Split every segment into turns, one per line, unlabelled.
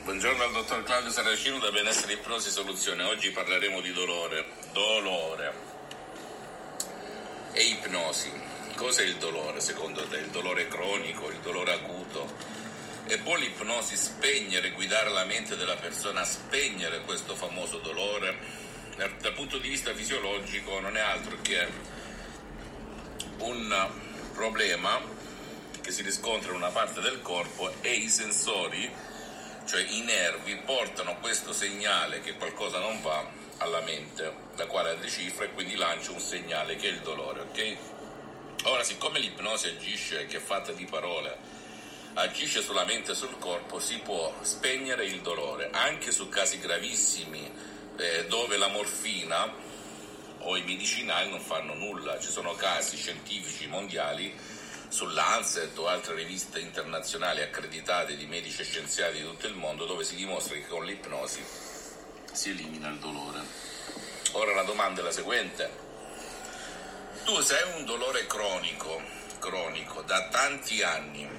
Buongiorno al dottor Claudio Saracino da Benessere Ipnosi Soluzione. Oggi parleremo di dolore e ipnosi. Cos'è il dolore secondo te? Il dolore cronico, il dolore acuto? E può l'ipnosi spegnere, guidare la mente della persona a spegnere questo famoso dolore? Dal punto di vista fisiologico non è altro che un problema che si riscontra in una parte del corpo e i sensori, cioè i nervi, portano questo segnale che qualcosa non va alla mente, la quale decifra e quindi lancia un segnale che è il dolore, ok? Ora, siccome l'ipnosi agisce, che è fatta di parole, agisce solamente sul corpo, si può spegnere il dolore, anche su casi gravissimi dove la morfina o i medicinali non fanno nulla. Ci sono casi scientifici mondiali sull'Lancet o altre riviste internazionali accreditate di medici e scienziati di tutto il mondo dove si dimostra che con l'ipnosi si elimina il dolore. Ora la domanda è la seguente: tu se hai un dolore cronico da tanti anni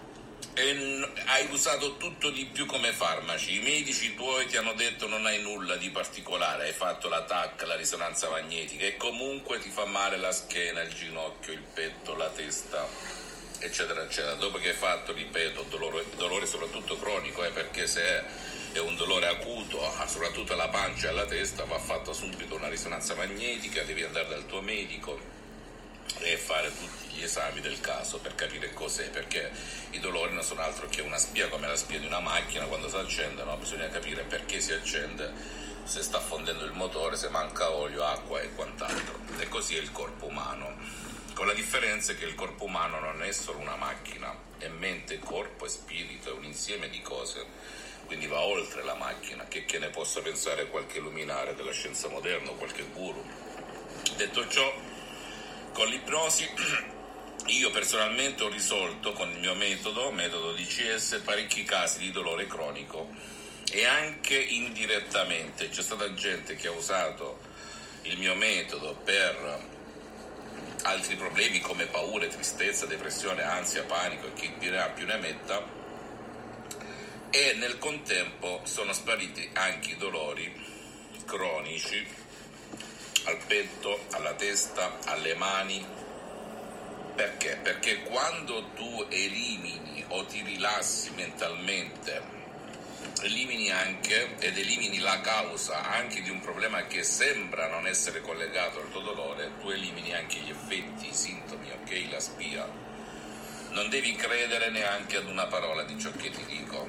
e hai usato tutto di più come farmaci, i medici tuoi ti hanno detto non hai nulla di particolare, hai fatto la TAC, la risonanza magnetica e comunque ti fa male la schiena, il ginocchio, il petto, la testa, eccetera eccetera, dopo che hai fatto, ripeto, dolore soprattutto cronico, perché se è un dolore acuto, soprattutto alla pancia e alla testa, va fatta subito una risonanza magnetica, devi andare dal tuo medico e fare tutti gli esami del caso per capire cos'è, perché i dolori non sono altro che una spia, come la spia di una macchina quando si accende, no? Bisogna capire perché si accende, se sta fondendo il motore, se manca olio, acqua e quant'altro. E così è il corpo umano, con la differenza che il corpo umano non è solo una macchina, è mente, corpo e spirito, è un insieme di cose, quindi va oltre la macchina, che ne possa pensare qualche luminare della scienza moderna o qualche guru. Detto ciò, con l'ipnosi io personalmente ho risolto con il mio metodo DCS, parecchi casi di dolore cronico e anche indirettamente c'è stata gente che ha usato il mio metodo per altri problemi come paure, tristezza, depressione, ansia, panico e chi più ne metta, e nel contempo sono spariti anche i dolori cronici al petto, alla testa, alle mani. Perché? Perché quando tu elimini o ti rilassi mentalmente, elimini anche ed elimini la causa anche di un problema che sembra non essere collegato al tuo dolore, tu elimini anche gli effetti, i sintomi, ok? La spia. Non devi credere neanche ad una parola di ciò che ti dico.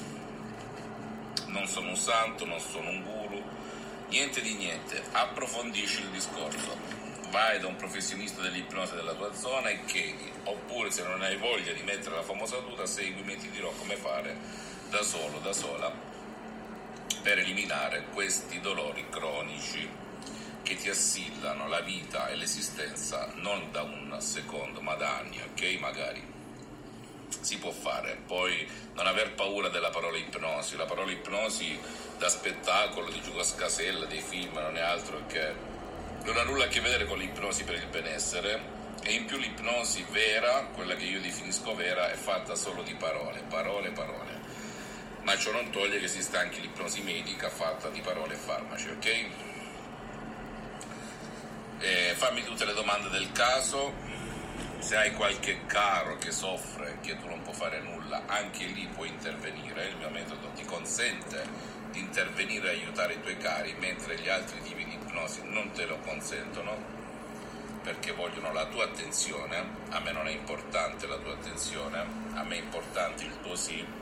Non sono un santo, non sono un guru, niente di niente. Approfondisci il discorso, vai da un professionista dell'ipnosi della tua zona e chiedi, oppure se non hai voglia di mettere la famosa tuta, seguimi e ti dirò come fare da solo, da sola, per eliminare questi dolori cronici che ti assillano la vita e l'esistenza non da un secondo ma da anni, ok? Magari si può fare. Poi non aver paura della parola ipnosi, la parola ipnosi da spettacolo, di gioco a scasella, dei film, non è altro che, non ha nulla a che vedere con l'ipnosi per il benessere, e in più l'ipnosi vera, quella che io definisco vera, è fatta solo di parole, ma ciò non toglie che esiste anche l'ipnosi medica fatta di parole e farmaci, ok? Fammi tutte le domande del caso. Se hai qualche caro che soffre, che tu non puoi fare nulla, anche lì puoi intervenire. Il mio metodo ti consente di intervenire e aiutare i tuoi cari, mentre gli altri tipi di ipnosi non te lo consentono, perché vogliono la tua attenzione. A me non è importante la tua attenzione, a me è importante il tuo sì.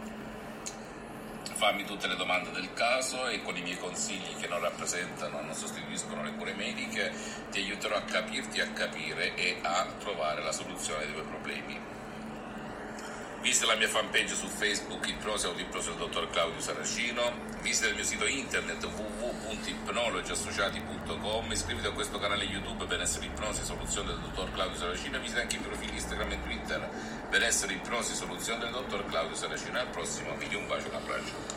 Fammi tutte le domande del caso e con i miei consigli, che non rappresentano, non sostituiscono le cure mediche, ti aiuterò a capirti, a capire e a trovare la soluzione dei tuoi problemi. Visita la mia fanpage su Facebook, Ipnosi Autoipnosi del dottor Claudio Saracino, visita il mio sito internet www.ipnologiassociati.com, iscriviti a questo canale YouTube Benessere Ipnosi Soluzione del dottor Claudio Saracino, visita anche i profili Instagram e Twitter Benessere Ipnosi Soluzione del dottor Claudio Saracino. Al prossimo video, un bacio, un abbraccio.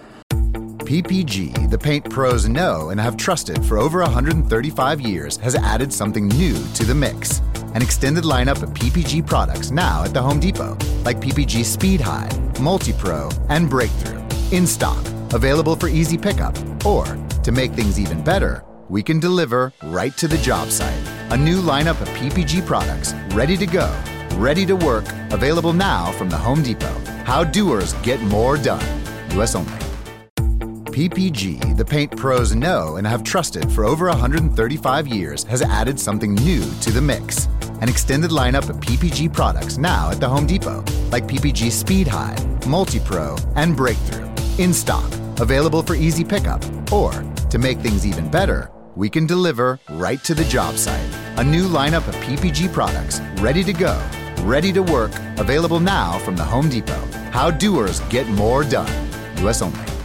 PPG, the paint pros know and have trusted for over 135 years, has added something new to the mix. An extended lineup of PPG products now at the Home Depot, like PPG Speed High, Multi-Pro, and Breakthrough. in stock, available for easy pickup. Or, to make things even better, we can deliver right to the job site. A new lineup of PPG products, ready to go, ready to work, available now from the Home Depot. How doers get more done. US only. PPG, the paint pros know and have trusted for over 135 years, has added something new to the mix. An extended lineup of PPG products now at the Home Depot, like PPG Speed High, Multi-Pro, and Breakthrough. In stock, available for easy pickup. Or, to make things even better, we can deliver right to the job site. A new lineup of PPG products, ready to go, ready to work, available now from the Home Depot. How doers get more done. US only.